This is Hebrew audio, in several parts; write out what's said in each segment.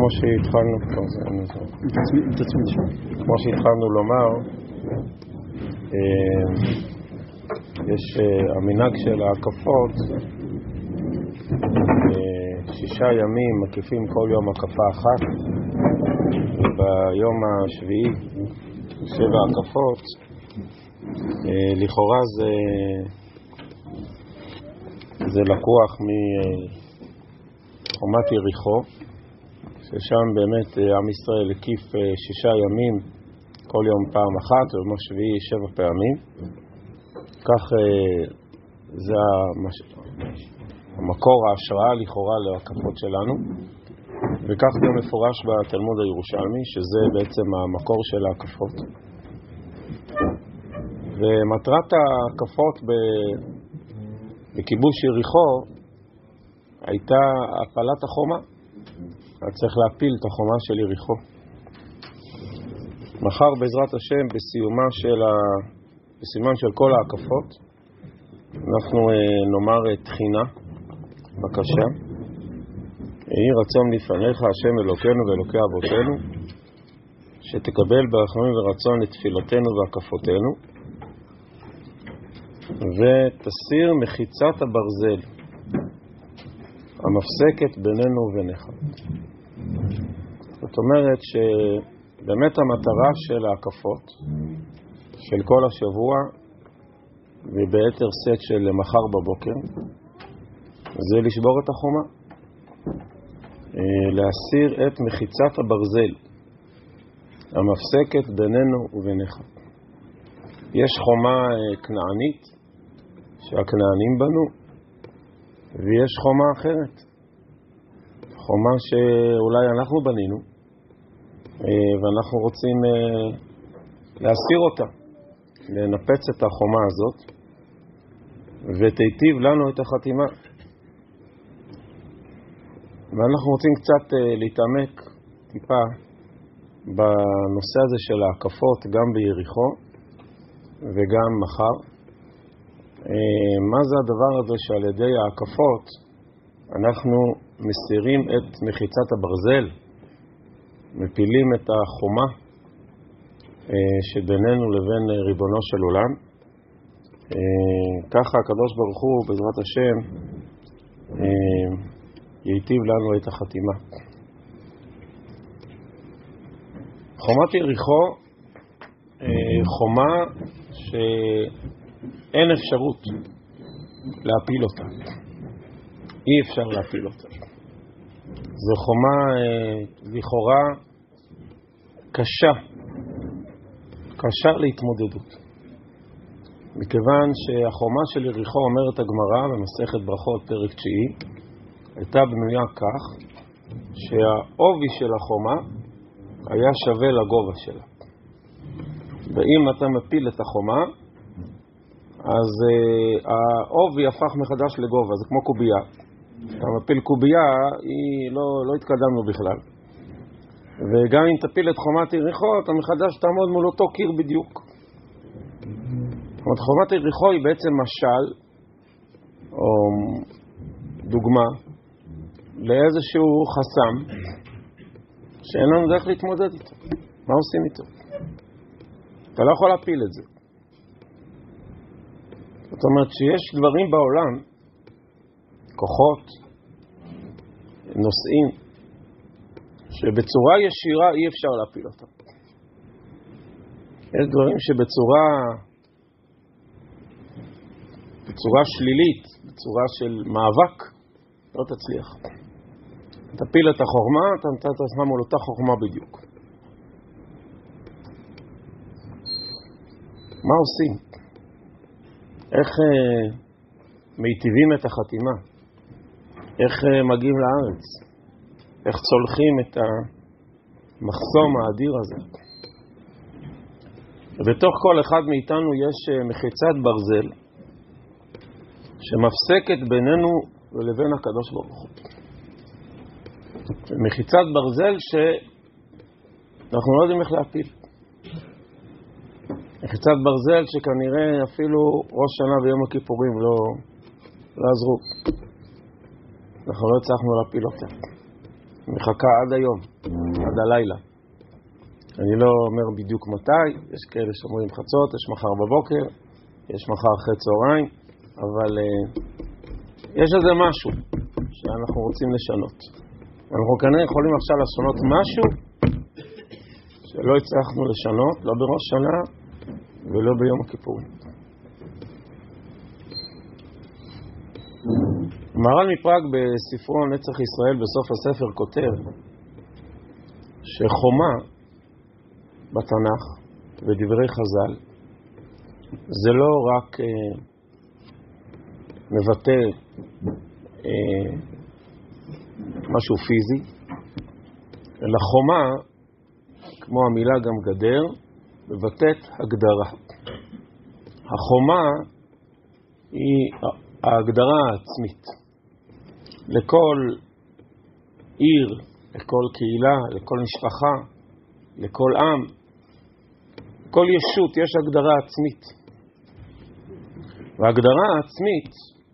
כמו שהתחלנו כמו שהתחלנו לומר, יש המנהג של ההקפות, 6 ימים מקיפים כל יום הקפה אחת, וביום השביעי 7 הקפות. לכאורה זה לקוח מחומת יריחו, ששם באמת עם ישראל הקיף 6 ימים, כל יום פעם אחת, וביום השביעי 7 פעמים. כך זה המקור, ההשראה לכאורה להקפות שלנו, וכך גם מפורש בתלמוד הירושלמי, שזה בעצם המקור של ההקפות. ומטרת ההקפות בכיבוש יריחו הייתה הפלת החומה. היה צריך להפיל את החומה של יריחו. מחר בעזרת השם, בסיומן של כל ההקפות, אנחנו נאמר תחינה, בקשה. יהי רצון לפניך השם אלוקינו ואלוקי אבותינו, שתקבל ברחמים ורצון את תפילותינו והקפותינו, ותסיר מחיצת הברזל המפסקת בינינו וביניך. זאת אומרת שבאמת המטרה של ההקפות של כל השבוע, וביתר סט של מחר בבוקר, זה לשבור את החומה, להסיר את מחיצת הברזל המפסקת בינינו וביניך. יש חומה כנענית שהכנענים בנו, ויש חומה אחרת, חומה שאולי אנחנו בנינו, ואנחנו רוצים להסיר אותה, לנפץ את החומה הזאת, ותיטיב לנו את החתימה. ואנחנו רוצים קצת להתעמק טיפה בנושא הזה של ההקפות, גם ביריחו וגם מחר. מה זה הדבר הזה שעל ידי ההקפות אנחנו מסירים את מחיצת הברזל, מפילים את החומה שבינינו לבין ריבונו של עולם. ככה הקדוש ברוך הוא בעזרת השם ייטיב לנו את החתימה. חומת יריחו, חומה שאין אפשרות להפיל אותה, אי אפשר להפיל אותה. זו חומה לכאורה קשה להתמודדות, מכיוון שהחומה של יריחו, אומרת הגמרא במסכת ברכות פרק 9, הייתה בנויה כך שהעובי של החומה היה שווה לגובה שלה. ואם אתה מפיל את החומה, אז העובי הפך מחדש לגובה. זה כמו קובייה. אתה מפיל קובייה, לא התקדמנו בכלל. וגם אם תפיל את חומת יריחו, אתה מחדש תעמוד מול אותו קיר בדיוק. חומת יריחו היא בעצם משל, או דוגמה, לאיזשהו חסם שאין לנו דרך להתמודד איתו. מה עושים איתו? אתה לא יכול להפיל את זה. זאת אומרת שיש דברים בעולם, כוחות, נושאים, שבצורה ישירה אי אפשר להפיל אותם. יש דברים שבצורה שלילית, בצורה של מאבק, לא תצליח. תפיל את החוכמה, אתה נמצא את עצמם מול אותה חוכמה בדיוק. מה עושים? איך מיטיבים את החתימה? איך מגיעים לארץ? איך צולחים את המחסום האדיר הזה? ובתוך כל אחד מאיתנו יש מחיצת ברזל שמפסקת בינינו ולבין הקדוש ברוך הוא. מחיצת ברזל שאנחנו לא יודעים איך להפיל. מחיצת ברזל שכנראה אפילו ראש שנה ויום הכיפורים לא עזרו. אנחנו לא הצלחנו להפיל אותה. מחכה עד היום, עד הלילה. אני לא אומר בדיוק מתי, יש כאלה שאומרים חצות, יש מחר בבוקר, יש מחר אחרי צהריים, אבל יש איזה משהו שאנחנו רוצים לשנות. אנחנו כנראה יכולים עכשיו לשנות משהו שלא הצלחנו לשנות, לא בראש שנה ולא ביום הכיפורים. מרן מפראג בספרו נצח ישראל בסוף הספר כותב שחומה בתנ"ך ודברי חז"ל זה לא רק מבטא משהו פיזי, אלא חומה, כמו המילה גם גדר, מבטאת הגדרה. החומה היא ההגדרה העצמית. לכל עיר, לכל קהילה, לכל משפחה, לכל עם, כל ישות יש הגדרה עצמית. וההגדרה העצמית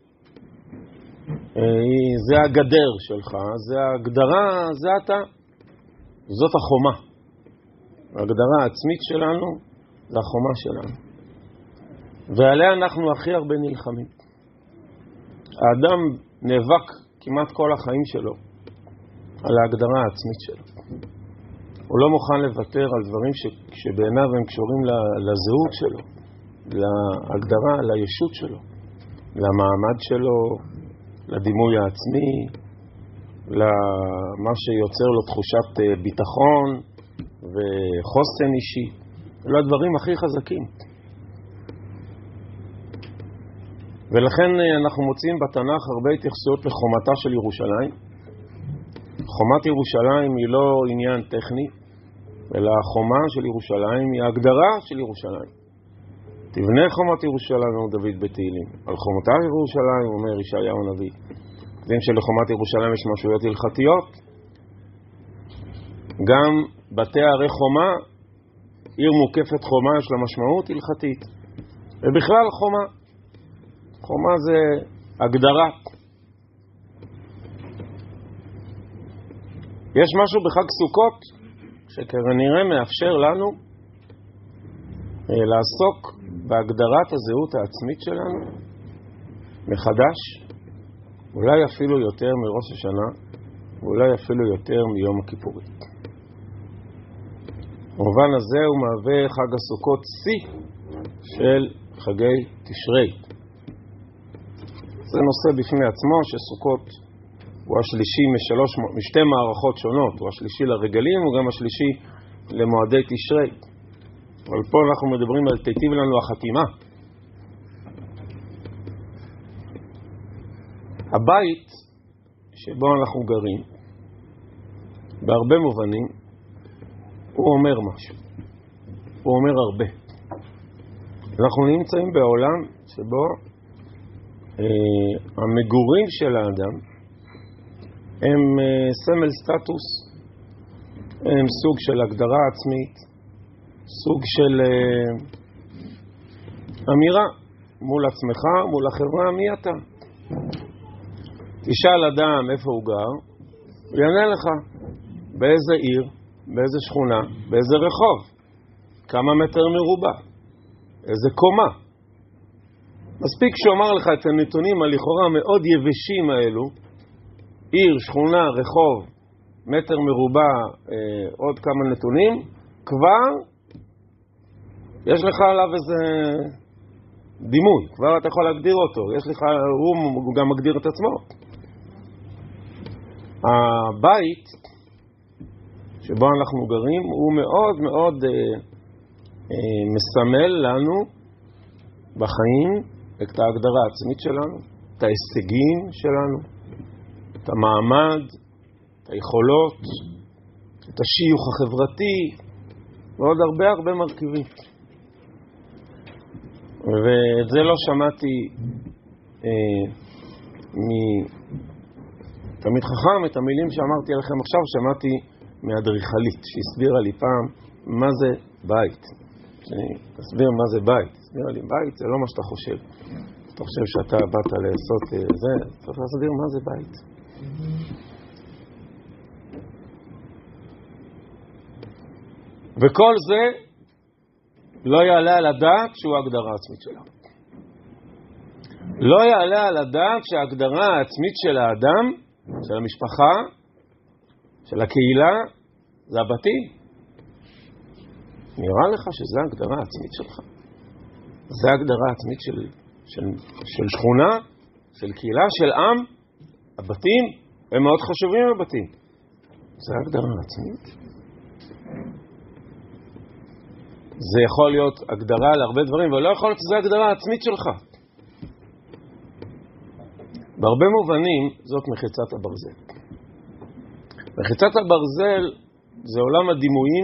זה הגדר שלך, זה ההגדרה, זה אתה, זאת החומה. ההגדרה העצמית שלנו זה החומה שלנו. ועליה אנחנו הכי הרבה נלחמים. האדם נאבק כמעט כל החיים שלו על ההגדרה העצמית שלו. הוא לא מוכן לוותר על דברים שבעיניו הם קשורים לזהות שלו, להגדרה, לישות שלו, למעמד שלו, לדימוי העצמי, למה שיוצר לו תחושת ביטחון וחוסן אישי. אלו הדברים הכי חזקים. ולכן אנחנו מוצאים בתנ"ך הרבה התייחסויות לחומתה של ירושלים. חומת ירושלים היא לא עניין טכני, אלא החומה של ירושלים היא ההגדרה של ירושלים. תבנה חומת ירושלים, אומר דוד בתהילים. על חומתה של ירושלים, אומר ישעיהו הנביא. יודעים שלחומת ירושלים יש משמעויות הלכתיות. גם בתי ערי חומה, עיר מוקפת חומה יש לה משמעות הלכתית. ובכלל חומה. חומה זה הגדרה. יש משהו בחג סוכות שכנראה מאפשר לנו לעסוק בהגדרת הזהות העצמית שלנו מחדש, אולי אפילו יותר מראש השנה, ואולי אפילו יותר מיום הכיפורים. במובן הזה הוא מהווה חג הסוכות שיא של חגי תשרי. זה נושא בפני עצמו שסוכות הוא השלישי משתי מערכות שונות, הוא השלישי לרגלים, הוא גם השלישי למועדי תשרי. אבל פה אנחנו מדברים על תיטיב לנו החתימה. הבית שבו אנחנו גרים, בהרבה מובנים, הוא אומר משהו. הוא אומר הרבה. אנחנו נמצאים בעולם שבו המגורים של האדם הם סמל סטטוס, הם סוג של הגדרה עצמית, סוג של אמירה מול עצמך, מול החברה, מי אתה? תשאל אדם איפה הוא גר, הוא יענה לך באיזה עיר, באיזה שכונה, באיזה רחוב, כמה מטר מרובע, איזה קומה. מספיק שאומר לך את הנתונים הלכאורה מאוד יבשים האלו, עיר, שכונה, רחוב, מטר מרובע, עוד כמה נתונים, כבר יש לך עליו איזה דימוי, כבר אתה יכול להגדיר אותו, יש לך, הוא גם מגדיר את עצמו. הבית שבו אנחנו גרים הוא מאוד מאוד מסמל לנו בחיים את ההגדרה העצמית שלנו, את ההישגים שלנו, את המעמד, את היכולות, את השיוך החברתי, ועוד הרבה מרכיבים. ואת זה לא שמעתי מתלמיד חכם, את המילים שאמרתי לכם עכשיו, שמעתי מאדריכלית, שהסבירה לי פעם מה זה בית. תסביר מה זה בית. הסבירה לי, בית זה לא מה שאתה חושב. אתה חושב שאתה באת לעשות זה, צריך להסביר מה זה בית. וכל זה לא יעלה על הדעת שהוא ההגדרה העצמית שלנו. לא יעלה על הדעת שההגדרה העצמית של האדם, של המשפחה, של הקהילה, זה הבתים. נראה לך שזה ההגדרה העצמית שלך. זה ההגדרה העצמית של שכונה, של קהילה, של עם. הבתים הם מאוד חשובים, הבתים. זה ההגדרה העצמית. זה יכול להיות הגדרה להרבה דברים, אבל לא יכול להיות שזה ההגדרה העצמית שלך. בהרבה מובנים זאת מחיצת הברזל. מחיצת הברזל זה עולם הדימויים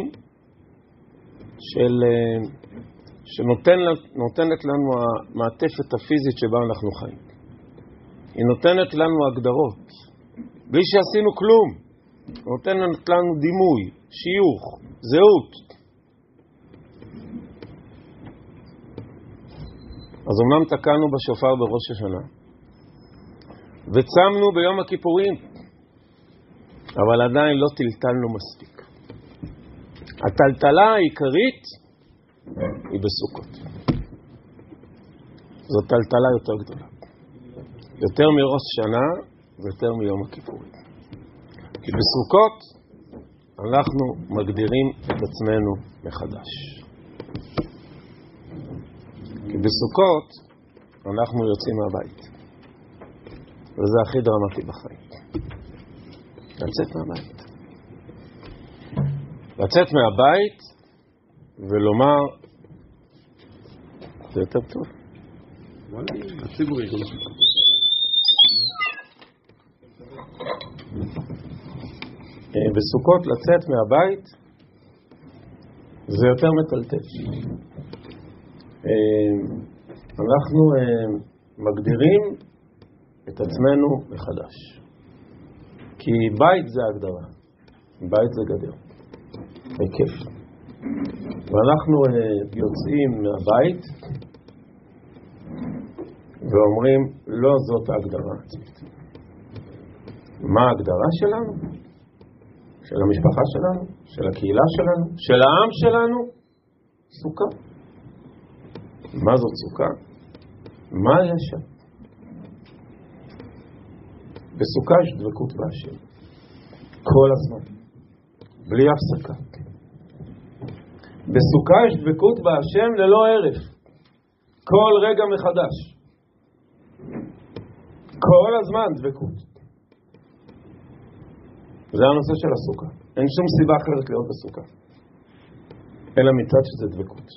שנותנת לנו המעטפת הפיזית שבה אנחנו חיים. היא נותנת לנו הגדרות, בלי שעשינו כלום. היא נותנת לנו דימוי, שיוך, זהות. אז אמנם תקענו בשופר בראש השנה, וצמנו ביום הכיפורים, אבל עדיין לא טלטלנו מספיק. הטלטלה העיקרית היא בסוכות. זו טלטלה יותר גדולה. יותר מראש שנה ויותר מיום הכיפורים. כי בסוכות אנחנו מגדירים את עצמנו מחדש. כי בסוכות אנחנו יוצאים מהבית. וזה הכי דרמטי בחיים. לצאת מהבית. לצאת מהבית ולומר, זה יותר טוב. הציבורי. בסוכות לצאת מהבית זה יותר מטלטל. אנחנו מגדירים את עצמנו מחדש. כי בית זה הגדרה. בית זה גדר. בכיף. ואנחנו יוצאים מהבית ואומרים, לא זאת ההגדרה העצמית. מה ההגדרה שלנו? של המשפחה שלנו? של הקהילה שלנו? של העם שלנו? סוכה. מה זאת סוכה? מה יש שם? בסוכה יש דבקות בהשם. כל הזמן. בלי הפסקה. בסוכה יש דבקות בהשם ללא ערף. כל רגע מחדש. כל הזמן דבקות. זה הנושא של הסוכה. אין שום סיבה אחרת להיות בסוכה. אלא מצד שזה דבקות.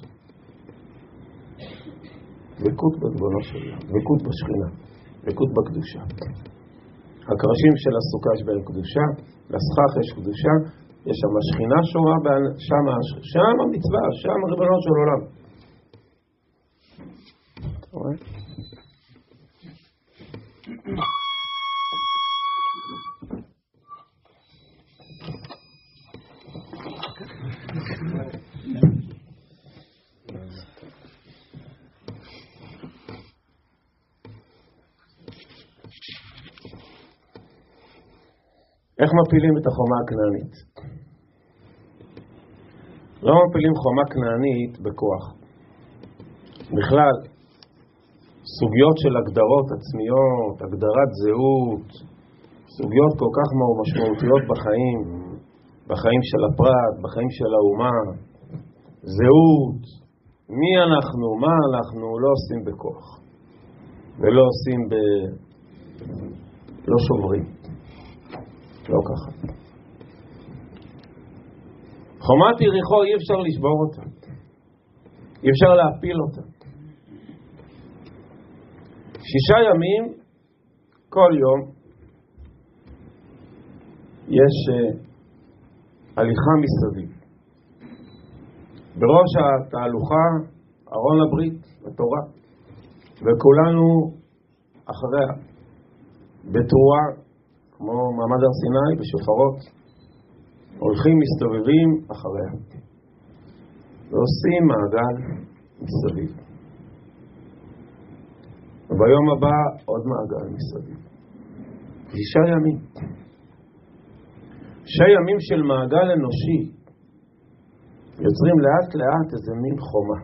דבקות בדבונו של ים. דבקות בשכינה. דבקות בקדושה. הקרשים של הסוכה יש בהם קדושה. לסכך יש קדושה. יש שם השכינה שורה, שם המצווה, שם ריבונו של עולם. אתה רואה? איך מפילים את החומה הכנענית? לא מפילים חומה כנענית בכוח. בכלל, סוגיות של הגדרות עצמיות, הגדרת זהות, סוגיות כל כך משמעותיות בחיים של הפרט, בחיים של האומה, זהות, מי אנחנו, מה אנחנו, לא עושים בכוח. ולא עושים לא שוברים. לא ככה. חומת יריחו אי אפשר לשבור אותה. אי אפשר להפיל אותה. 6 ימים, כל יום, יש הליכה מסביב. בראש התהלוכה, ארון הברית, התורה. וכולנו אחריה. בתרועה, כמו מעמד הר סיני, בשופרות. הולכים, מסתובבים אחריה. ועושים מעגל מסביב. וביום הבא עוד מעגל מסביב. 6 ימים. 6 ימים של מעגל אנושי. יוצרים לאט לאט איזה מין חומה.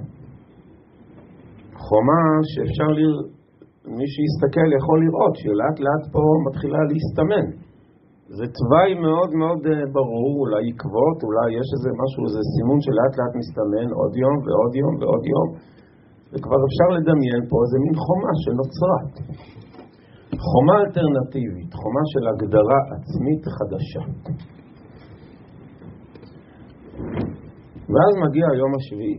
חומה שאפשר מי שיסתכל יכול לראות שלאט לאט פה מתחילה להסתמן. זה תוואי מאוד מאוד ברור, אולי עקבות, אולי יש איזה משהו, איזה סימון שלאט לאט מסתמן עוד יום ועוד יום ועוד יום, וכבר אפשר לדמיין פה איזה מין חומה שנוצרה. חומה אלטרנטיבית, חומה של הגדרה עצמית חדשה. ואז מגיע היום השביעי,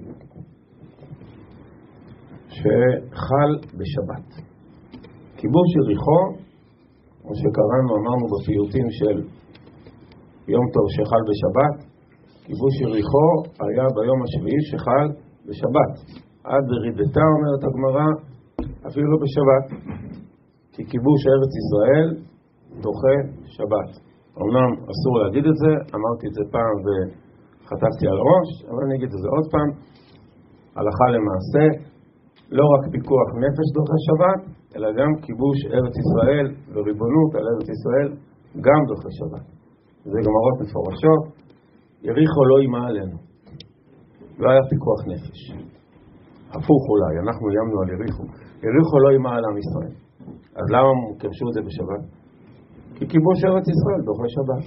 שחל בשבת. כיבוש יריחו, כמו שקראנו, אמרנו בפיוטים של יום טוב שחל בשבת, כיבוש יריחו היה ביום השביעי שחל בשבת. עד רידתה, אומרת הגמרא, אפילו לא בשבת. כי כיבוש ארץ ישראל דוחה שבת. אמנם אסור להגיד את זה, אמרתי את זה פעם וחטפתי על ראש, אבל אני אגיד את זה עוד פעם. הלכה למעשה, לא רק פיקוח נפש דוחה שבת, אלא גם כיבוש ארץ ישראל וריבונות על ארץ ישראל גם דוחה שבת. זה גמרות מפורשות. יריחו לא אימה עלינו. לא היה פיקוח נפש. הפוך אולי, אנחנו איימנו על יריחו. יריחו לא אימה על עם ישראל. אז למה כבשו את זה בשבת? כי כיבוש ארץ ישראל דוחה שבת.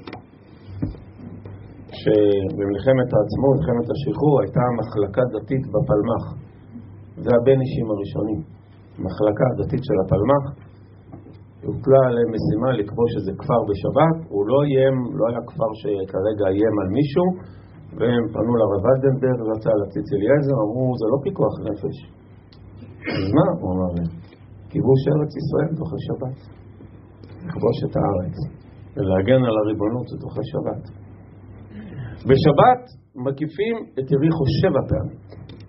שבמלחמת העצמאות, מלחמת השחרור, הייתה מחלקה דתית בפלמ"ח. זה הבן אישים הראשונים. מחלקה הדתית של הפלמ"ח, הוטלה עליהם משימה לכבוש איזה כפר בשבת. הוא לא היה כפר שכרגע איים על מישהו, והם פנו לרב ולדנברג, רצה לציץ אליעזר, אמרו, זה לא פיקוח נפש. אז מה? הוא אמר להם, כיבוש ארץ ישראל דוחה שבת. לכבוש את הארץ ולהגן על הריבונות זה דוחה שבת. בשבת מקיפים את יריחו 7 פעמים.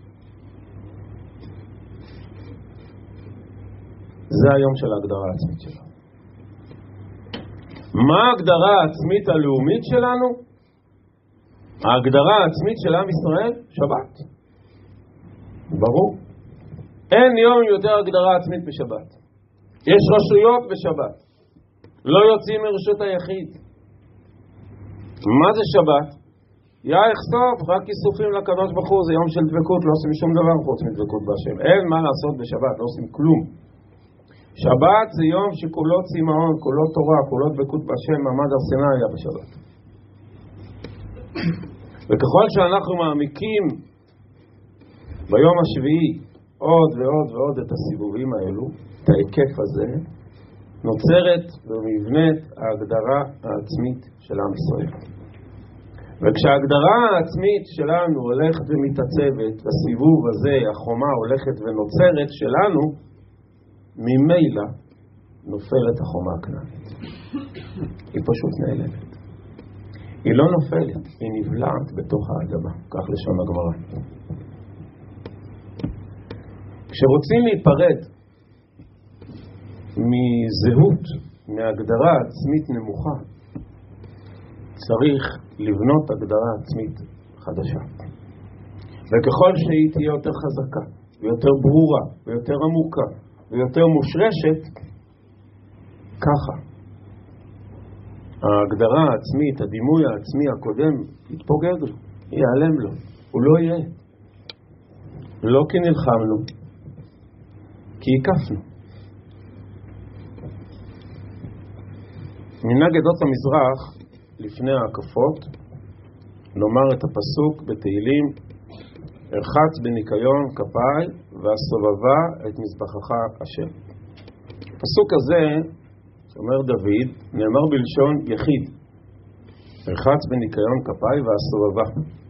זה היום של ההגדרה העצמית שלנו. מה ההגדרה העצמית הלאומית שלנו? ההגדרה העצמית של עם ישראל? שבת. ברור. אין יום יותר הגדרה עצמית בשבת. יש רשויות בשבת. לא יוצאים מרשות היחיד. מה זה שבת? יחסוף, רק כיסופים לקדוש ברוך הוא, זה יום של דבקות, לא עושים שום דבר חוץ מדבקות בהשם. אין מה לעשות בשבת, לא עושים כלום. שבת זה יום שכולו צמאון, כולו תורה, כולו דבקות בהשם, מעמד הר סיני היה בשבת. וככל שאנחנו מעמיקים ביום השביעי עוד ועוד ועוד את הסיבובים האלו, את ההיקף הזה, נוצרת ומבנית ההגדרה העצמית של עם ישראל. וכשההגדרה העצמית שלנו הולכת ומתעצבת, הסיבוב הזה, החומה הולכת ונוצרת שלנו, ממילא נופלת החומה הכנענית. היא פשוט נעלמת. היא לא נופלת, היא נבלעת בתוך האדמה. כך לשון הגמרא. כשרוצים להיפרד מזהות, מהגדרה עצמית נמוכה, צריך לבנות הגדרה עצמית חדשה. וככל שהיא תהיה יותר חזקה, ויותר ברורה, ויותר עמוקה, ויותר מושרשת, ככה. ההגדרה העצמית, הדימוי העצמי הקודם, יתפוגג לו, ייעלם לו, הוא לא יהיה. לא כי נלחמנו, כי עיקפנו. מנהג עדות המזרח, לפני ההקפות, לומר את הפסוק בתהילים, הרחץ בניקיון כפיי והסובבה את מזבחך השם. הפסוק הזה, אומר דוד, נאמר בלשון יחיד. הרחץ בניקיון כפיי והסובבה.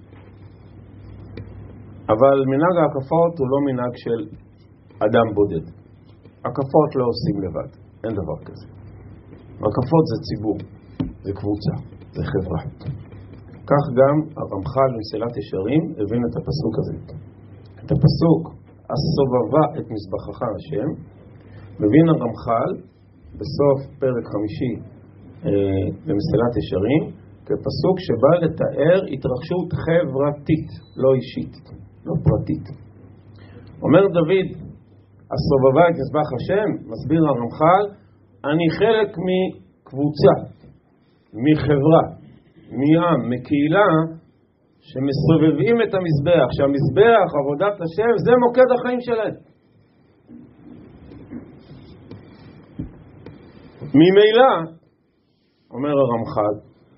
אבל מנהג ההקפות הוא לא מנהג של אדם בודד. הקפות לא עושים לבד, אין דבר כזה. הקפות זה ציבור, זה קבוצה, זה חברה. כך גם הרמח"ל במסילת ישרים הבין את הפסוק הזה. את הפסוק, הסובבה את מזבחך השם, מבין הרמח"ל בסוף פרק 5 במסילת ישרים, כפסוק שבא לתאר התרחשות חברתית, לא אישית, לא פרטית. אומר דוד, הסובבה את מזבח השם, מסביר הרמח"ל, אני חלק מקבוצה, מחברה, מעם, מקהילה, שמסובבים את המזבח, שהמזבח, עבודת השם, זה מוקד החיים שלהם. ממילא, אומר הרמח"ל,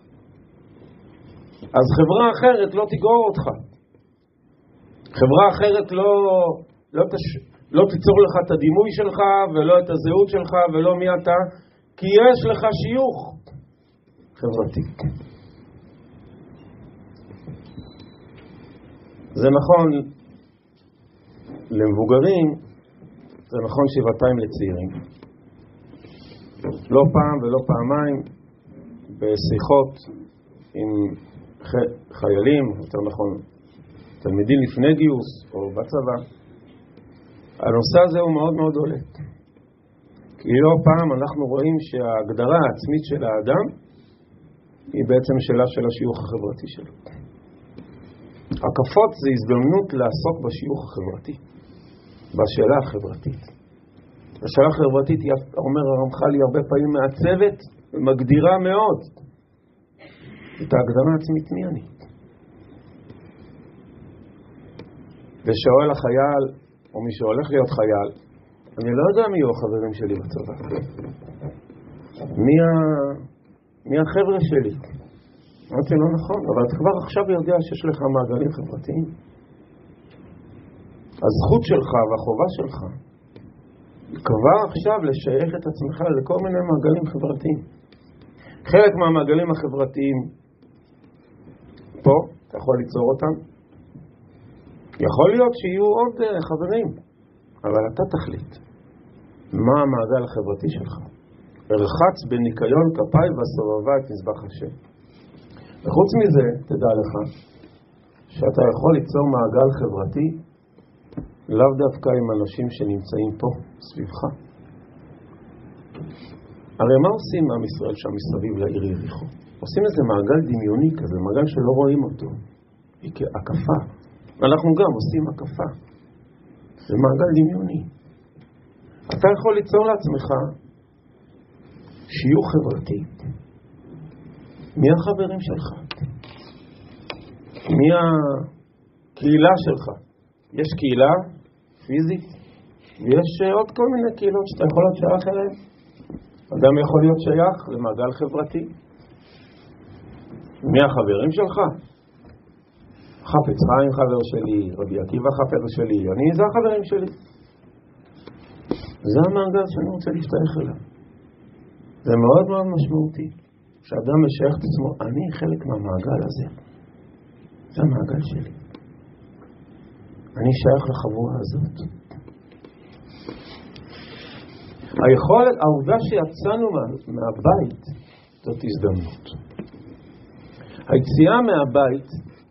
אז חברה אחרת לא תגרור אותך. חברה אחרת לא תיצור לך את הדימוי שלך ולא את הזהות שלך ולא מי אתה, כי יש לך שיוך חברתי. זה נכון למבוגרים, זה נכון שבעתיים לצעירים. לא פעם ולא פעמיים בשיחות עם חיילים, יותר נכון תלמידים לפני גיוס או בצבא, הנושא הזה הוא מאוד מאוד עולה. כי לא פעם אנחנו רואים שההגדרה העצמית של האדם היא בעצם שאלה של השיוך החברתי שלו. הקפות זה הזדמנות לעסוק בשיוך החברתי, בשאלה החברתית. השאלה החברתית, אומר הרמח"ל, היא הרבה פעמים מעצבת ומגדירה מאוד את ההגדרה העצמית מי אני. ושואל החייל, או מי שהולך להיות חייל, אני לא יודע מי יהיו החברים שלי בצבא. מי החבר'ה שלי? אמרתי, לא נכון, אבל אתה כבר עכשיו יודע שיש לך מעגלים חברתיים. הזכות שלך והחובה שלך כבר עכשיו לשייך את עצמך לכל מיני מעגלים חברתיים. חלק מהמעגלים החברתיים פה, אתה יכול ליצור אותם. יכול להיות שיהיו עוד חברים, אבל אתה תחליט מה המעגל החברתי שלך. הרחץ בניקיון כפיי והסובבה את מזבח השם. וחוץ מזה, תדע לך, שאתה יכול ליצור מעגל חברתי לאו דווקא עם אנשים שנמצאים פה, סביבך. הרי מה עושים עם ישראל שם מסביב לעיר יריחו? עושים איזה מעגל דמיוני כזה, מעגל שלא רואים אותו. היא כהקפה. אנחנו גם עושים הקפה. זה מעגל דמיוני. אתה יכול ליצור לעצמך שיוך חברתי. מי החברים שלך? מי הקהילה שלך? יש קהילה פיזית, ויש עוד כל מיני קהילות שאתה יכול להיות שייך אליהן. אדם יכול להיות שייך למעגל חברתי. מי החברים שלך? חפץ חיים חבר שלי, רבי עקיבא חבר שלי, זה החברים שלי. זה המעגל שאני רוצה להשתייך אליו. זה מאוד מאוד משמעותי. שאדם משייך את עצמו, אני חלק מהמעגל הזה. זה המעגל שלי. אני שייך לחבורה הזאת. היכולת, העובדה שיצאנו מהבית, זאת הזדמנות. היציאה מהבית,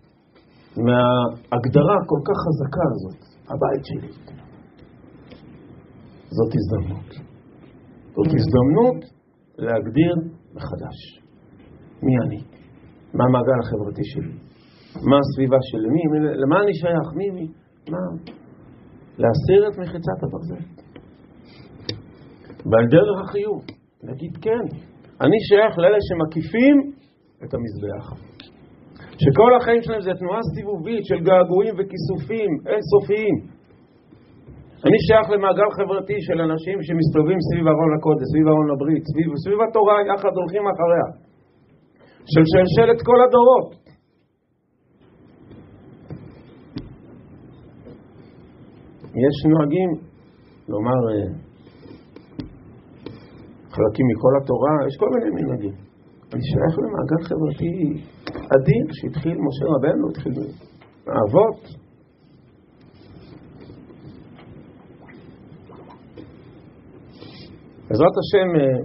מההגדרה כל כך חזקה הזאת, הבית שלי, זאת הזדמנות. זאת הזדמנות להגדיר מחדש. מי אני? מה המעגל החברתי שלי? מה הסביבה שלי? למה אני שייך? מי? מה? להסיר את מחיצת הברזל. ועל דרך החיוב, נגיד כן. אני שייך לאלה שמקיפים את המזבח. שכל החיים שלהם זה תנועה סיבובית של געגועים וכיסופים אינסופיים. אני שייך למעגל חברתי של אנשים שמסתובבים סביב ארון הקודש, סביב ארון הברית, סביב התורה, יחד הולכים אחריה. של שלשלת כל הדורות. יש נוהגים לומר חלקים מכל התורה, יש כל מיני מנהגים. אני שייך למעגל חברתי אדיר שהתחיל משה רבנו, התחיל מהאבות. בעזרת השם,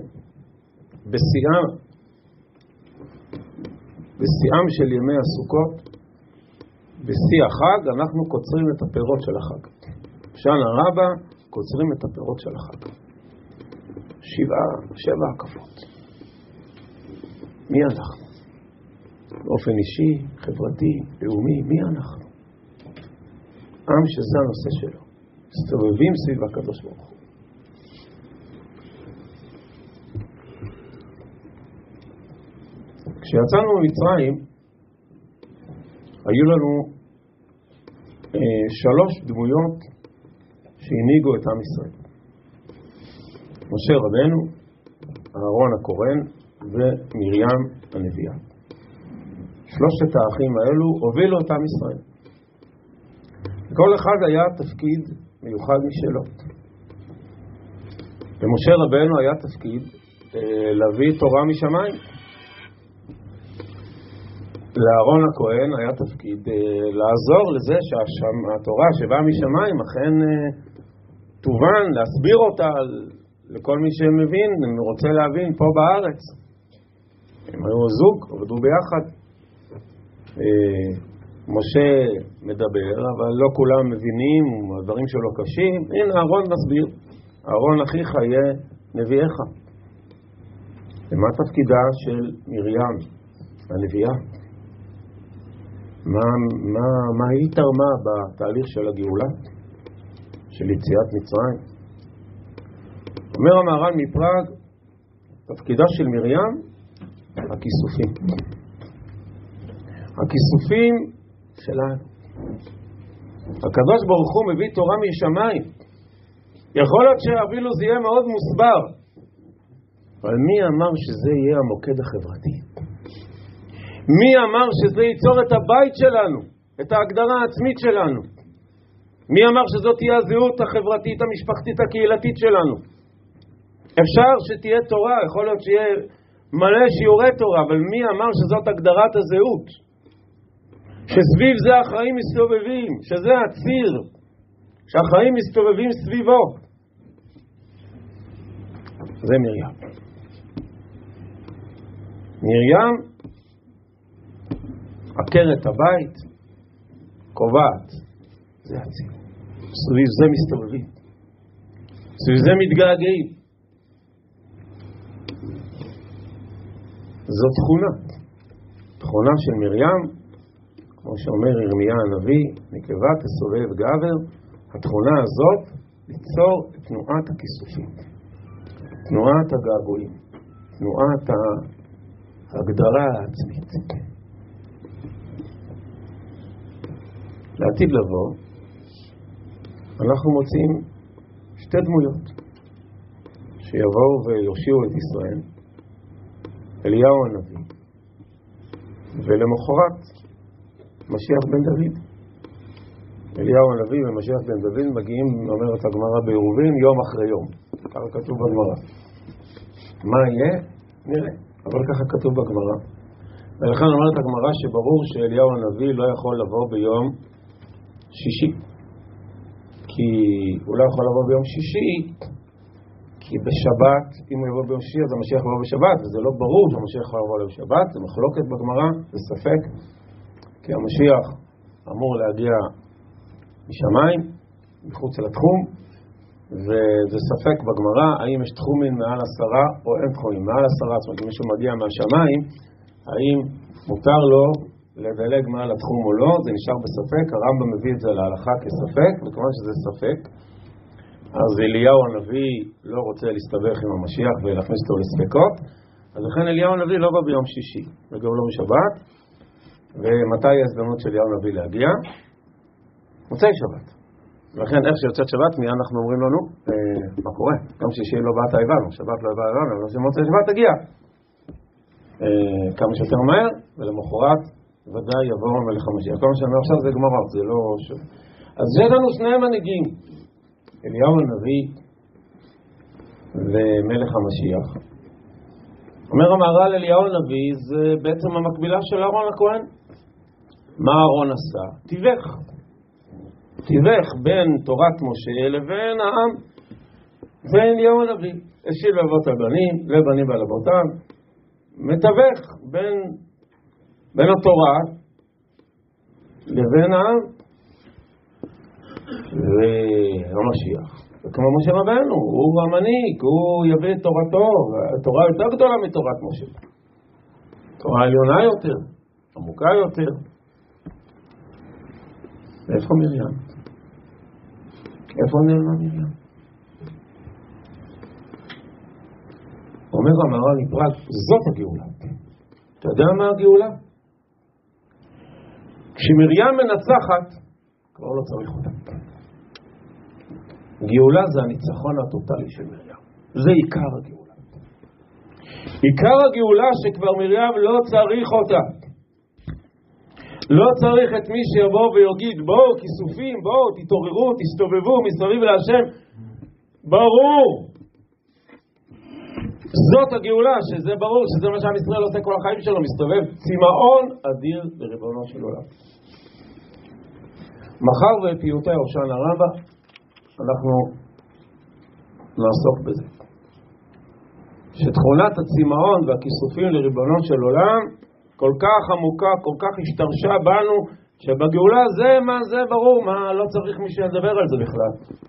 בשיאם של ימי הסוכות, בשיא החג, אנחנו קוצרים את הפירות של החג. בשנה רבה קוצרים את הפירות של החג. 7 הקפות. מי אנחנו? באופן אישי, חברתי, לאומי, מי אנחנו? עם שזה הנושא שלו. מסתובבים סביב הקדוש ברוך הוא. כשיצאנו ממצרים, היו לנו 3 דמויות שהנהיגו את עם ישראל. משה רבנו, אהרון הכהן ומרים הנביאה. 3 האחים האלו הובילו את עם ישראל. לכל אחד היה תפקיד מיוחד משלו. למשה רבנו היה תפקיד להביא תורה משמיים. לאהרון הכהן היה תפקיד לעזור לזה שהתורה שבאה משמיים אכן תובן, להסביר אותה לכל מי שמבין, רוצה להבין פה בארץ. הם היו זוג, עבדו ביחד. משה מדבר, אבל לא כולם מבינים, הדברים שלו קשים. הנה, אהרון מסביר. אהרון אחיך יהיה נביאך. ומה תפקידה של מרים הנביאה? מה היא תרמה בתהליך של הגאולה, של יציאת מצרים? אומר המהר"ל מפראג, תפקידה של מרים, הכיסופים. הכיסופים שלנו. הקדוש ברוך הוא מביא תורה משמיים. יכול להיות שאפילו זה יהיה מאוד מוסבר, אבל מי אמר שזה יהיה המוקד החברתי? מי אמר שזה ייצור את הבית שלנו, את ההגדרה העצמית שלנו? מי אמר שזאת תהיה הזהות החברתית, המשפחתית, הקהילתית שלנו? אפשר שתהיה תורה, יכול להיות שיהיה מלא שיעורי תורה, אבל מי אמר שזאת הגדרת הזהות? שסביב זה החיים מסתובבים, שזה הציר, שהחיים מסתובבים סביבו. זה מרים. מרים עקרת הבית, קובעת, זה הציר. סביב זה מסתובבים, סביב זה מתגעגעים. זו תכונה של מרים, כמו שאומר ירמיה הנביא, נקבה תסובב גבר. התכונה הזאת ליצור את תנועת הכיסופים, תנועת הגעגועים, תנועת ההגדרה העצמית. לעתיד לבוא אנחנו מוצאים 2 דמויות שיבואו ויושיעו את ישראל, אליהו הנביא ולמחרת משיח בן דוד. אליהו הנביא ומשיח בן דוד מגיעים, אומרת הגמרא בעירובין, יום אחרי יום. ככה כתוב בגמרא. מה יהיה? נראה, אבל ככה כתוב בגמרא. ולכן אומרת הגמרא שברור שאליהו הנביא לא יכול לבוא ביום שישי, כי הוא לא יכול לבוא ביום שישי, כי בשבת, אם הוא יבוא ביום שישי אז המשיח יבוא בשבת, וזה לא ברור שהמשיח יכול לבוא בשבת. זה מחלוקת בגמרא, זה ספק, כי המשיח אמור להגיע משמיים, מחוץ לתחום, וזה ספק בגמרא, האם יש תחומים מעל 10 או אין תחומים מעל 10, זאת אומרת, אם מישהו מגיע מהשמיים, האם מותר לו לדלג מעל התחום או לא, זה נשאר בספק. הרמב"ם מביא את זה להלכה כספק, וכמובן שזה ספק, אז אליהו הנביא לא רוצה להסתבך עם המשיח ולהכניס אותו לספקות, אז לכן אליהו הנביא לא בא ביום שישי, וגם לא בשבת. ומתי ההזדמנות של אליהו הנביא להגיע? מוצאי שבת. ולכן איך שיוצאת שבת, מיד אנחנו אומרים לנו, מה קורה? גם שישי לא באת הבנו, שבת לא באת הבנו, אבל שמוצאי שבת תגיע. כמה שיותר מהר, ולמחרת ודאי יבוא מלך המשיח. כל מה שאני אומר עכשיו זה גמרות, זה לא... אז יש לנו 2 מנהיגים, אליהו הנביא ומלך המשיח. אומר המהר"ל, אליהו הנביא זה בעצם המקבילה של אהרון הכהן. מה אהרון עשה? תיווך בין תורת משה לבין העם. זה אליהו הנביא. השיב אבות הבנים לבנים ועל אבותם. מתווך בין התורה לבין העם והמשיח. וכמו משה רבנו, הוא המנהיג, הוא יביא את תורתו. התורה יותר גדולה מתורת משה. תורה עליונה יותר, עמוקה יותר. איפה מרים? איפה נעלמה מרים? אומר המהר"ל מפראג, זאת הגאולה. אתה יודע מה הגאולה? כשמרים מנצחת, כבר לא צריך אותה. גאולה זה הניצחון הטוטלי של מרים. זה עיקר הגאולה. עיקר הגאולה שכבר מרים לא צריך אותה. לא צריך את מי שיבוא ויגיד, בואו כיסופים, בואו תתעוררו, תסתובבו מסביב להשם. ברור. זאת הגאולה, שזה ברור, שזה מה שעם ישראל עושה כל החיים שלו, מסתובב צמאון אדיר לריבונו של עולם. מחר ופיוטי הושענא רבה אנחנו נעסוק בזה. שתכונת הצמאון והכיסופים לריבונו של עולם כל כך עמוקה, כל כך השתרשה בנו, שבגאולה זה ברור, מה לא צריך מי שידבר על זה בכלל.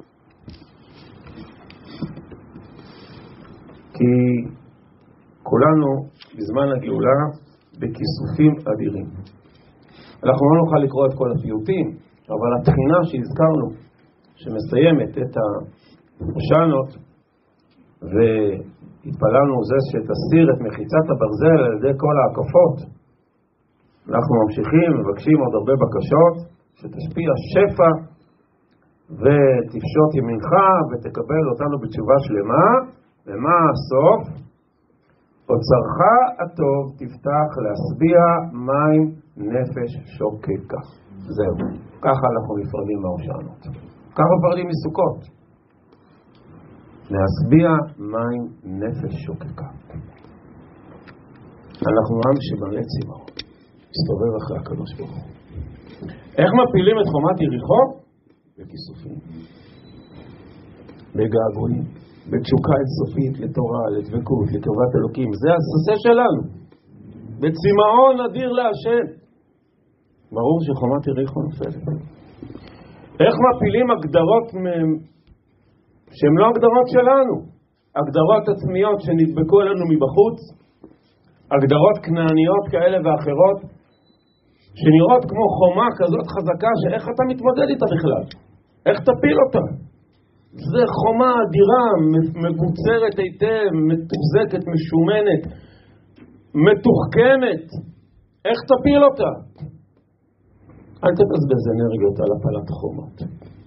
כי כולנו בזמן הגאולה בכיסופים אדירים. אנחנו לא נוכל לקרוא את כל הפיוטים, אבל התחינה שהזכרנו, שמסיימת את ההושענות, והתפללנו זה שתסיר את מחיצת הברזל על ידי כל ההקפות, אנחנו ממשיכים, מבקשים עוד הרבה בקשות, שתשפיע שפע ותפשוט ימינך ותקבל אותנו בתשובה שלמה. ומה הסוף? אוצרך הטוב תפתח להשביע מים נפש שוקקה. זהו. ככה אנחנו נפרדים מההושענות. ככה נפרדים מסוכות. להשביע מים נפש שוקקה. אנחנו עם שמלא צמאון. מסתובב אחרי הקדוש ברוך הוא. איך מפילים את חומת יריחו? בכיסופים. בגעגועים. בתשוקה אינסופית לתורה, לדבקות, לקרבת אלוקים. זה הססה שלנו. בצמאון אדיר להשם. ברור שחומת יריחו נופלת. איך מפילים הגדרות שהן לא הגדרות שלנו? הגדרות עצמיות שנדבקו אלינו מבחוץ, הגדרות כנעניות כאלה ואחרות, שנראות כמו חומה כזאת חזקה, שאיך אתה מתמודד איתה בכלל? איך תפיל אותה? זה חומה אדירה, מבוצרת היטב, מתוחזקת, משומנת, מתוחכמת. איך תפיל אותה? אל תבזבז אנרגיות על הפלת החומות.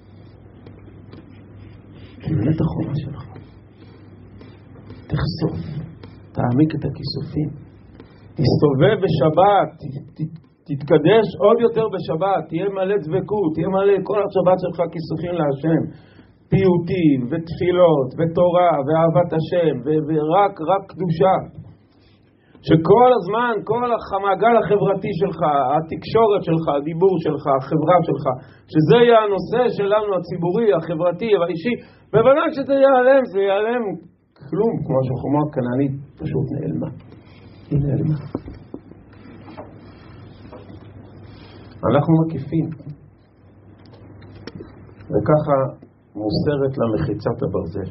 תמלא את החומה שלך. תחשוף, תעמיק את הכיסופים. תסתובב בשבת, תתקדש עוד יותר בשבת, תהיה מלא דבקות, תהיה מלא כל השבת שלך כיסופים להשם. פיוטים ותפילות ותורה ואהבת השם ורק קדושה. שכל הזמן, כל המעגל החברתי שלך, התקשורת שלך, הדיבור שלך, החברה שלך, שזה יהיה הנושא שלנו הציבורי, החברתי והאישי, בוודאי שזה ייעלם, זה ייעלם כלום, כמו שחומה כנענית פשוט נעלמה. היא נעלמה. אנחנו מקיפים. וככה מוסרת למחיצת הברזל.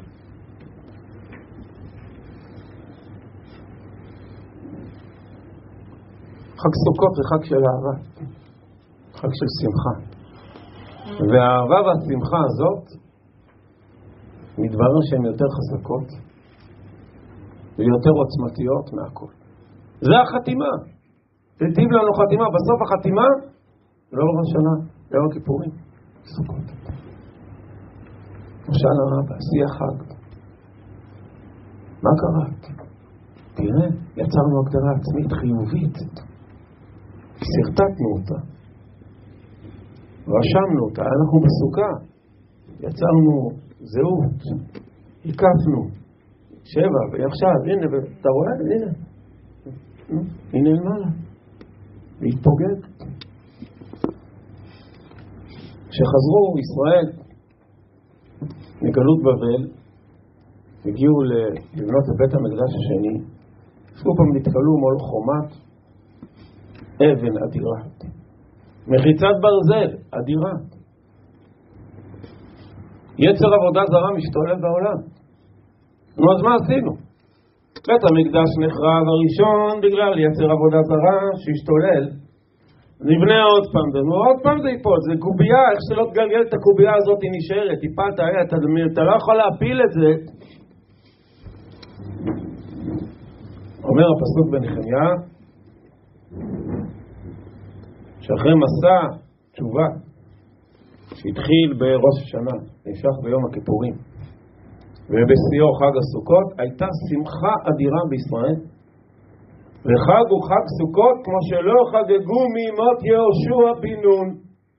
חג סוכות זה חג של אהבה, חג של שמחה. והאהבה והשמחה הזאת מתברר שהן יותר חזקות ויותר עוצמתיות מהכל. זה החתימה. תיטיב לנו חתימה. בסוף החתימה לא ראש השנה, יום הכיפורים, סוכות. הושענא רבה, שיא החג. מה קרה? תראה, יצרנו הגדרה עצמית חיובית. סרטטנו אותה. רשמנו אותה. אנחנו בסוכה. יצרנו זהות. הקפנו. 7, ועכשיו, הנה, אתה רואה? הנה. הנה למעלה. להתפוגג. כשחזרו ישראל מגלות בבל, הגיעו לבנות לבית המקדש השני, שוב פעם נתקלו מול חומת אבן אדירה, מחיצת ברזל אדירה. יצר עבודה זרה משתולל בעולם. נו, אז מה עשינו? בית המקדש נחרב הראשון בגלל יצר עבודה זרה שהשתולל. נבנה עוד פעם, עוד פעם זה ייפול, זה קובייה, איך שלא תגלגל את הקובייה הזאת היא נשארת, טיפלת, אתה לא יכול להפיל את זה. אומר הפסוק בנחמיה, שאחרי מסע תשובה שהתחיל בראש השנה, נמשך ביום הכיפורים ובשיאו חג הסוכות, הייתה שמחה אדירה בישראל. וחג הוא חג סוכות כמו שלא חגגו מימות יהושע בן נון.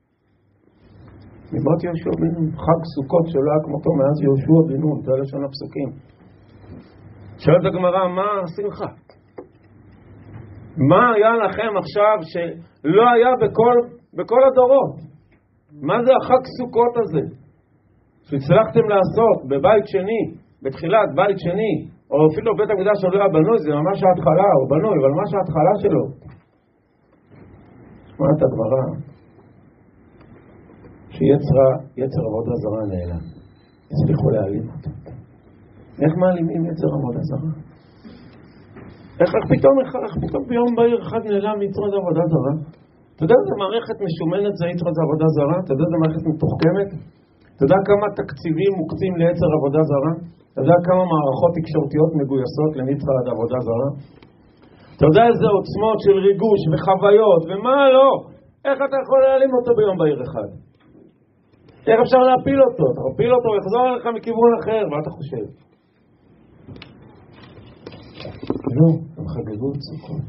מימות יהושע בן נון, חג סוכות שלא היה כמותו מאז יהושע בן נון. זה לשון הפסוקים. שואלת הגמרא, מה השמחה? מה היה לכם עכשיו שלא היה בכל הדורות? מה זה החג סוכות הזה שהצלחתם לעשות בבית שני, בתחילת בית שני, או אפילו בית המקדש עוד לא היה בנוי? זה ממש ההתחלה, הוא בנוי, אבל ממש ההתחלה שלו. שמעת הגמרא שיצר עבודה זרה נעלם, הצליחו להעלים אותו. איך מעלימים יצר עבודה זרה? איך פתאום ביום בהיר אחד נעלם יצר עבודה זרה? אתה יודע איזה מערכת משומנת זה יצר עבודה זרה? אתה יודע איזה מערכת מתוחכמת? אתה יודע כמה תקציבים מוקצים ליצר עבודה זרה? אתה יודע כמה מערכות תקשורתיות מגויסות ליצר עבודה זרה? אתה יודע איזה עוצמות של ריגוש וחוויות ומה לא? איך אתה יכול להעלים אותו ביום בהיר אחד? איך אפשר להפיל אותו? אתה מפיל אותו, יחזור עליך מכיוון אחר. מה אתה חושב? לא, הם חגגו את סוכות.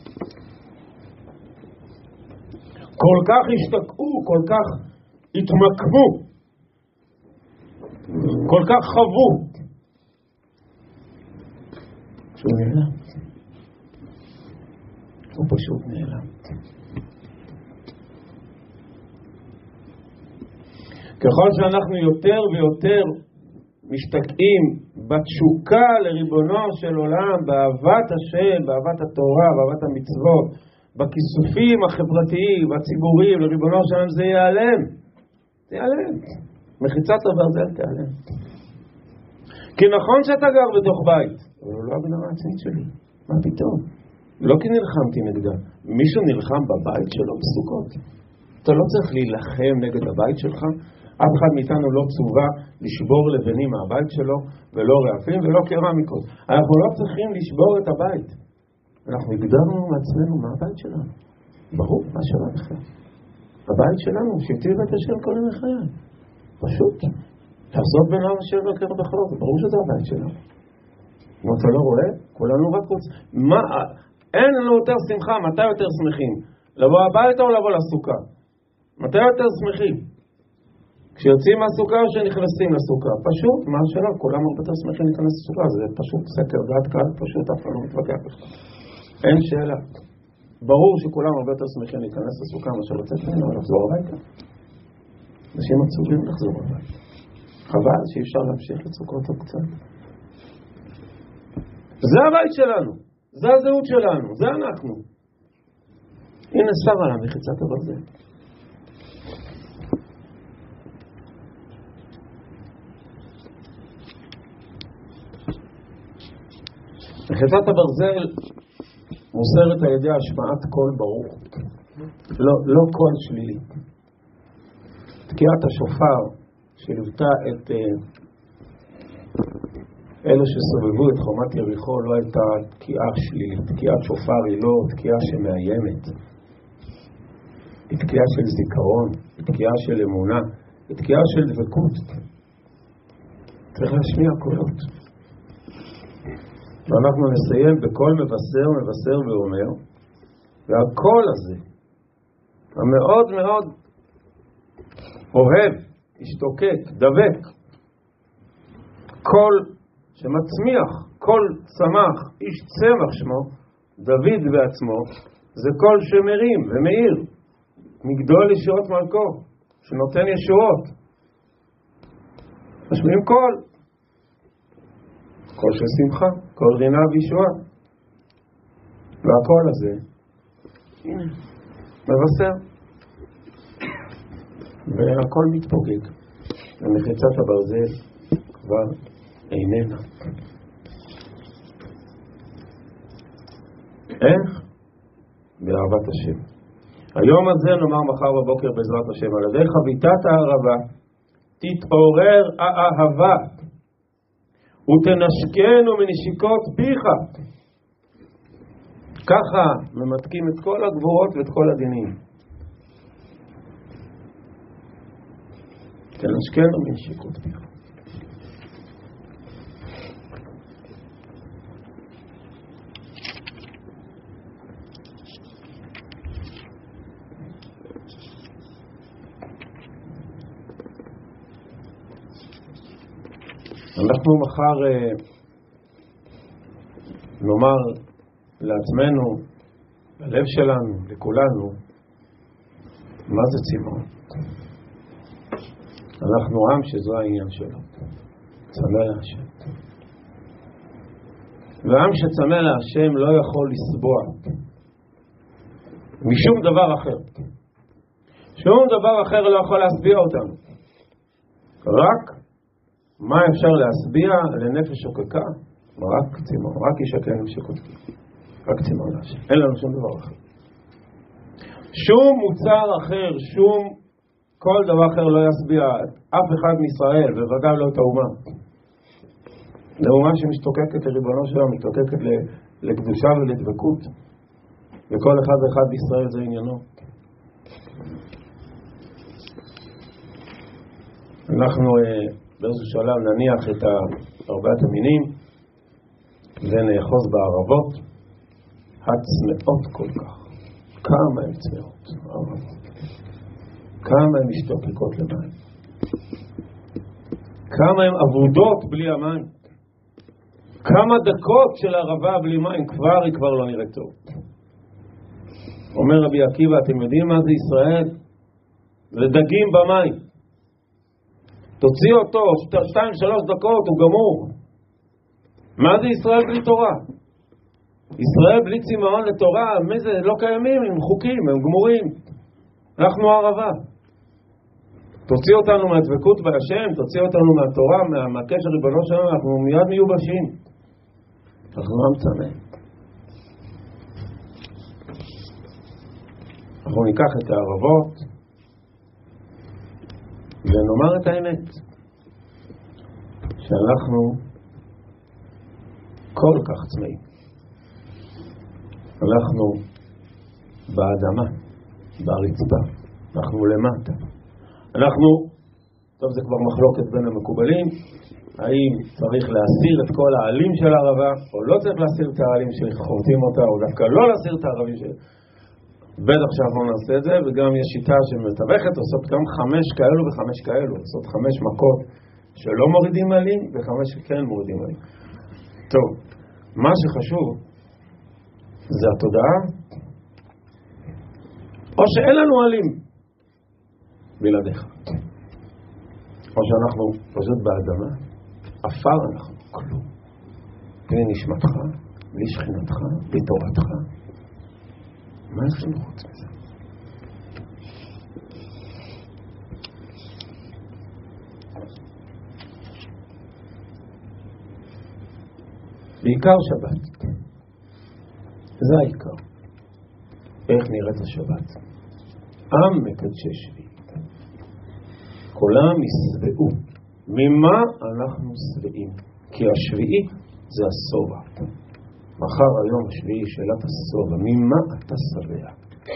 כל כך השתקעו, כל כך התמקמו, כל כך חוו, שהוא נעלם. הוא פשוט נעלם. ככל שאנחנו יותר ויותר משתקעים בתשוקה לריבונו של עולם, באהבת השם, באהבת התורה, באהבת המצוות, בכיסופים החברתיים והציבוריים לריבונו של עולם, זה ייעלם. זה ייעלם. מחיצת הברזל תיעלם. כי נכון שאתה גר בתוך בית, אבל הוא לא הגדרה עצמית שלי. מה פתאום? לא כי נלחמתי נגדה. מישהו נלחם בבית שלו בסוכות. אתה לא צריך להילחם נגד הבית שלך. אף אחד מאיתנו לא צובה לשבור לבנים מהבית שלו, ולא רעפים ולא קרמיקות. אנחנו לא צריכים לשבור את הבית. אנחנו הגדרנו מעצמנו מה הבית שלנו. ברור, מה שווה בכלל. הבית שלנו, שבטי בית השם כל ימי חיי. פשוט. לעשות בין עם השם וקר בחלוק, ברור שזה הבית שלנו. אם אתה לא רואה, כולנו רק רוצים. אין לנו יותר שמחה, מתי יותר שמחים? לבוא הביתה או לבוא לסוכה? מתי יותר שמחים? כשיוצאים מהסוכה או שנכנסים לסוכה? פשוט, מה השאלה? כולם הרבה יותר שמחים להיכנס לסוכה. זה פשוט סקר דעת קהל, פשוט אף אחד לא מתווכח בכלל. אין שאלה. ברור שכולם הרבה יותר שמחים להיכנס לסוכה מאשר לצאת ממנו ולחזור הביתה. אנשים עצובים לחזור הביתה. חבל שאי אפשר להמשיך לסוכות עוד קצת. זה הבית שלנו. זה הזהות שלנו. זה אנחנו. הנה שר עליו מחיצת הברזל. מחיצת הברזל מוסרת על ידי השמעת קול ברור. לא קול שלילי. תקיעת השופר שליוותה את אלו שסובבו את חומת יריחו לא הייתה תקיעה שלילית. תקיעת שופר היא לא תקיעה שמאיימת. היא תקיעה של זיכרון, היא תקיעה של אמונה, היא תקיעה של דבקות. צריך להשמיע קולות. ואנחנו נסיים בקול מבשר ואומר, והקול הזה, המאוד מאוד אוהב, השתוקק, דבק, קול שמצמיח, קול צמח, איש צמח שמו, דוד בעצמו, זה קול שמרים ומאיר, מגדול ישועות מלכו, שנותן ישועות. משמיעים קול. קול של שמחה, קול רינה וישועה. והקול הזה, הנה, מבשר. והקול מתפוגג. ומחיצת הברזל כבר איננה. איך? באהבת השם. היום הזה נאמר מחר בבוקר בעזרת השם, על ידי חביתת הערבה תתעורר האהבה ותנשקנו מנשיקות פיך. ככה ממתקים את כל הגבורות ואת כל הדינים. תנשקנו מנשיקות פיך. אנחנו מחר נאמר לעצמנו, ללב שלנו, לכולנו, מה זה צימאון? אנחנו עם שזו העניין שלו, צמא להשם. ועם שצמא להשם לא יכול לסבוע משום דבר אחר. שום דבר אחר לא יכול להסביע אותנו. רק מה אפשר להסביע לנפש שוקקה? רק צימאון, רק ישקע נמשקות. רק צימאון להשם. אין לנו שום דבר אחר. שום מוצר אחר, שום כל דבר אחר לא יסביע אף אחד מישראל, בוודאי לא את האומה. לאומה שמשתוקקת לריבונו שלה, משתוקקת לקדושה ולדבקות. וכל אחד ואחד בישראל זה עניינו. אנחנו באיזשהו שלב נניח את ארבעת המינים ונאחוז בערבות הצמאות כל כך. כמה הן צמאות, ערבות. כמה הן משתוקקות למים. כמה הן עבודות בלי המים. כמה דקות של ערבה בלי מים היא כבר לא נראית טוב. אומר רבי עקיבא, אתם יודעים מה זה ישראל? זה דגים במים. תוציא אותו 2-3 דקות, הוא גמור. מה זה ישראל בלי תורה? ישראל בלי צימאון לתורה, מי זה? לא קיימים, הם חוקים, הם גמורים. אנחנו ערבה. תוציא אותנו מהדבקות בהשם, תוציא אותנו מהתורה, מהקשר ריבונו שלנו, אנחנו מיד מיובשים. אנחנו עם צמא. אנחנו ניקח את הערבות ונאמר את האמת, שאנחנו כל כך צמאים. אנחנו באדמה, ברצפה, אנחנו למטה. אנחנו, טוב זה כבר מחלוקת בין המקובלים, האם צריך להסיר את כל העלים של הערבה, או לא צריך להסיר את העלים שחורטים אותה, או דווקא לא להסיר את הערבים של... בטח שאנחנו נעשה את זה, וגם יש שיטה שמתווכת, עושות גם 5 כאלו ו5 כאלו, עושות 5 מכות שלא מורידים עלים, ו5 שכן מורידים עלים. טוב, מה שחשוב זה התודעה, או שאין לנו עלים בלעדיך, או שאנחנו פשוט באדמה, אפר אנחנו, כלום. בלי נשמתך, בלי שכינתך, בלי תורתך. מה יש לנו חוץ מזה? בעיקר שבת. זה העיקר. איך נראית השבת? עם מקדשי שביעי. כולם ישבעו. ממה אנחנו שבעים? כי השביעי זה הסובה. מחר היום השביעי שאלת הסובה. ממה אתה שבע?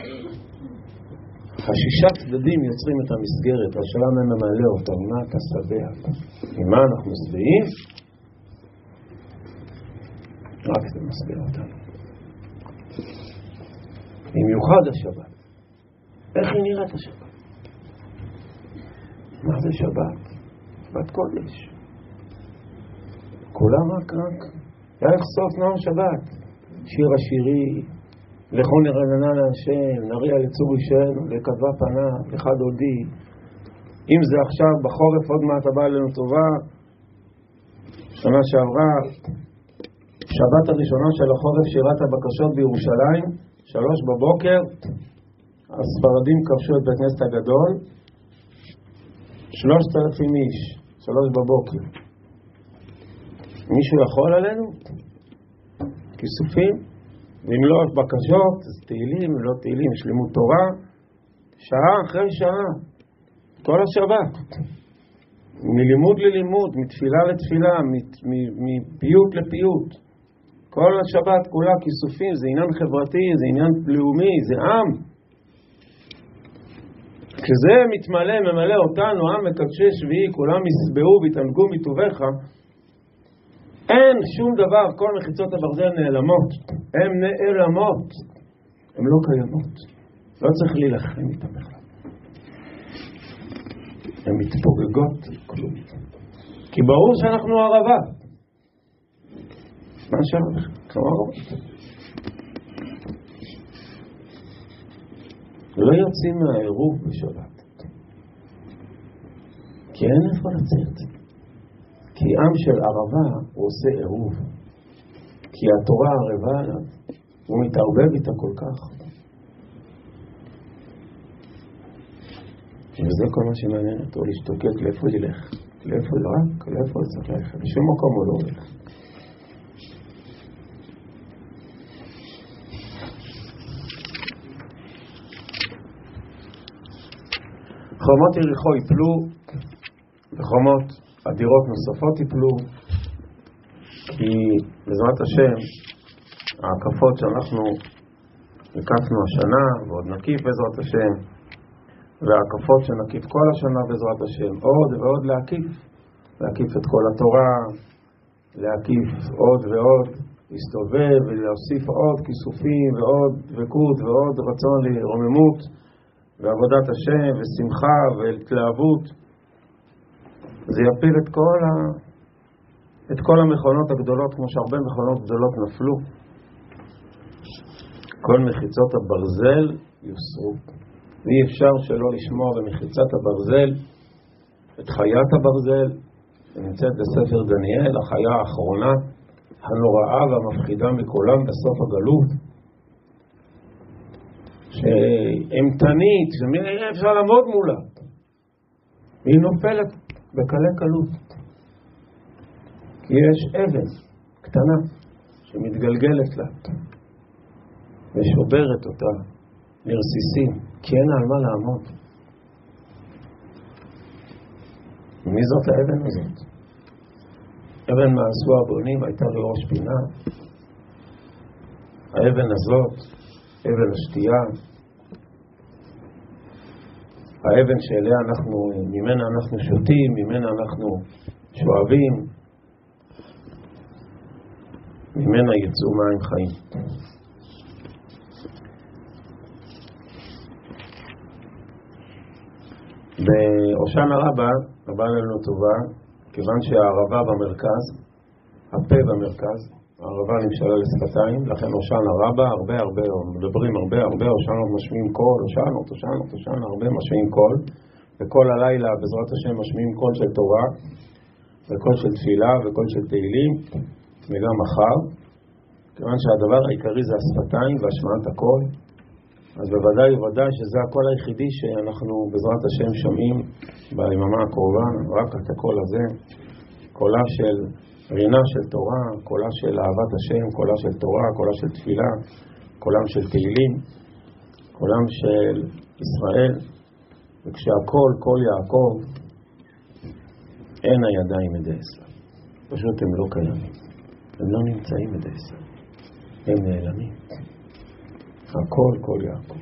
6 צדדים יוצרים את המסגרת. השאלה ממלא אותה. ממה אתה שבע? ממה אנחנו שבעים? רק זה מסביר אותנו. במיוחד השבת. איך היא נראית השבת? מה זה שבת? שבת קודש. כולם רק. איך סוף נאום שבת? שיר השירי, לכו נרננה להשם, נריע לצור אישנו, לכתבה פניו, לך דודי. אם זה עכשיו בחורף עוד מעט הבא אלינו טובה, שנה שעברה, שבת הראשונה של החורף שירת הבקשות בירושלים, 3 בבוקר, הספרדים כבשו את בית כנסת הגדול, 3,000 איש, 3 בבוקר. מישהו יכול עלינו? כיסופים? ואם לא בקשות, אז תהילים, אם לא תהילים, שלמות תורה, שעה אחרי שעה, כל השבת. מלימוד ללימוד, מתפילה לתפילה, מפיוט לפיוט. כל השבת כולה כיסופים, זה עניין חברתי, זה עניין לאומי, זה עם. כשזה מתמלא, ממלא אותנו, עם מקדשי שביעי, כולם יסבעו ויתענגו מטובך, אין שום דבר, כל מחיצות הברזל נעלמות. הן נעלמות. הן לא קיימות. לא צריך להילחם איתן בכלל. הן מתפוגגות כלום. כי ברור שאנחנו ערבה. מה שאנחנו? כמו ערבה. לא יוצאים מהעירוב בשבת. כי אין איפה לצאת. כי עם של ערבה הוא עושה עירוב. כי התורה ערבה עליו. הוא מתערבב איתה כל כך. וזה כל מה שמעניין אותו, להשתוקק לאיפה ילך. לאיפה רק, לאיפה צריך ללכת. בשום מקום הוא לא הולך. חומות יריחו יפלו, וחומות הדירות נוספות יפלו, כי בעזרת השם, ההקפות שאנחנו הקפנו השנה, ועוד נקיף בעזרת השם, וההקפות שנקיף כל השנה בעזרת השם, עוד ועוד להקיף את כל התורה, להקיף עוד ועוד, להסתובב ולהוסיף עוד כיסופים ועוד דבקות ועוד רצון לרוממות, ועבודת השם, ושמחה, והתלהבות. זה יפיל את כל המכונות הגדולות, כמו שהרבה מכונות גדולות נפלו. כל מחיצות הברזל יוסרו. ואי אפשר שלא לשמוע במחיצת הברזל את חיית הברזל, שנמצאת בספר דניאל, החיה האחרונה, הנוראה והמפחידה מכולם בסוף הגלות. שאימתנית, אפשר לעמוד מולה. והיא נופלת בקלי קלות. כי יש אבן קטנה שמתגלגלת לה ושוברת אותה נרסיסים, כי אין על מה לעמוד. מי זאת האבן הזאת? אבן מעשו הבונים הייתה בראש פינה. האבן הזאת, אבן השתייה, האבן שאליה ממנה אנחנו שותים, ממנה אנחנו שואבים, ממנה יצאו מים חיים. בהושענא רבה, רבה לנו טובה, כיוון שהערבה במרכז, הפה במרכז, הערבה נמשלה לשפתיים, לכן הושענא רבה, הרבה, מדברים הרבה, הושענות משמיעים קול, הושענות, הרבה משמיעים קול, וכל הלילה בעזרת השם משמיעים קול של תורה, וקול של תפילה, וקול של תהילים, וגם מחר, כיוון שהדבר העיקרי זה השפתיים והשמעת הקול, אז בוודאי שזה הקול היחידי שאנחנו בעזרת השם שומעים ביממה הקרובה, רק את הקול הזה, קולה של רינה של תורה, קולה של אהבת השם, קולה של תורה, קולה של תפילה, קולם של תהילים, קולם של ישראל, וכשהקול, קול יעקב, אין הידיים ידי ישראל. פשוט הם לא קיימים. הם לא נמצאים ידי ישראל. הם נעלמים. הקול, קול יעקב.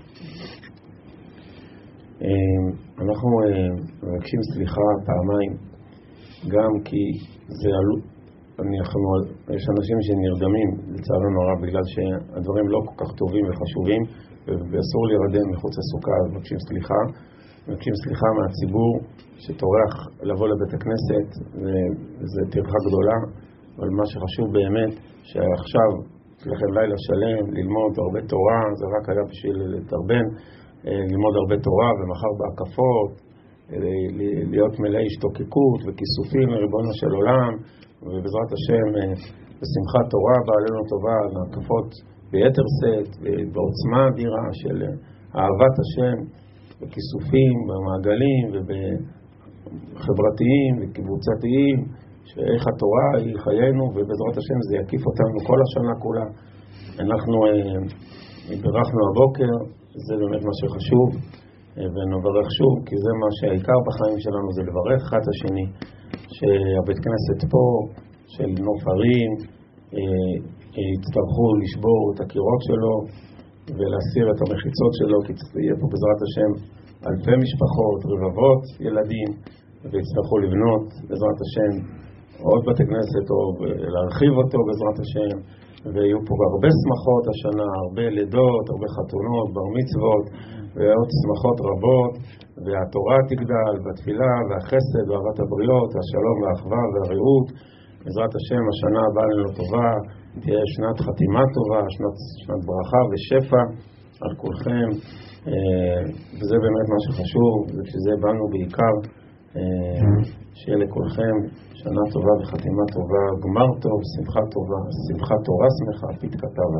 אנחנו מבקשים סליחה פעמיים, גם כי זה עלות, יש אנשים שנרדמים לצערנו הרב בגלל שהדברים לא כל כך טובים וחשובים ואסור להירדם מחוץ לסוכה, מבקשים סליחה מהציבור שטורח לבוא לבית הכנסת, וזה טרחה גדולה, אבל מה שחשוב באמת שעכשיו יש לכם לילה שלם ללמוד הרבה תורה, זה רק היה בשביל לתרבן, ללמוד הרבה תורה, ומחר בהקפות להיות מלאי השתוקקות וכיסופים לריבונו של עולם, ובעזרת השם בשמחת תורה בעלינו טובה, להקפות ביתר שאת ובעוצמה אדירה של אהבת השם בכיסופים, במעגלים ובחברתיים וקבוצתיים, שאיך התורה היא חיינו, ובעזרת השם זה יקיף אותנו כל השנה כולה. אנחנו ברכנו הבוקר, זה באמת מה שחשוב, ונברך שוב, כי זה מה שהעיקר בחיים שלנו, זה לברך אחד השני, שהבית כנסת פה, של נוף הרים, יצטרכו לשבור את הקירות שלו, ולהסיר את המחיצות שלו, כי יהיה פה בעזרת השם אלפי משפחות, רבבות ילדים, ויצטרכו לבנות בעזרת השם עוד בתי כנסת או להרחיב אותו בעזרת השם, ויהיו פה הרבה שמחות השנה, הרבה לידות, הרבה חתונות, בר מצוות ועוד שמחות רבות, והתורה תגדל והתפילה והחסד ואהבת הבריות והשלום והאחווה והרעות. בעזרת השם השנה הבאה לנו טובה, תהיה שנת חתימה טובה, שנת ברכה ושפע על כולכם, וזה באמת מה שחשוב, וכשזה באנו בעיקר, שיהיה לכולכם שנה טובה וחתימה טובה, גמר טוב, שמחה טובה, שמחת תורה שמחה, פתקה טובה.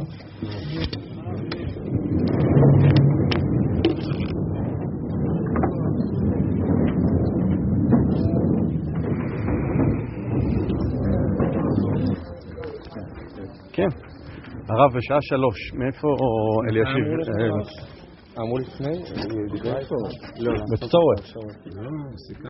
כן, הרב בשעה 3, מאיפה אלישיב? אמרו לפני? בצורת.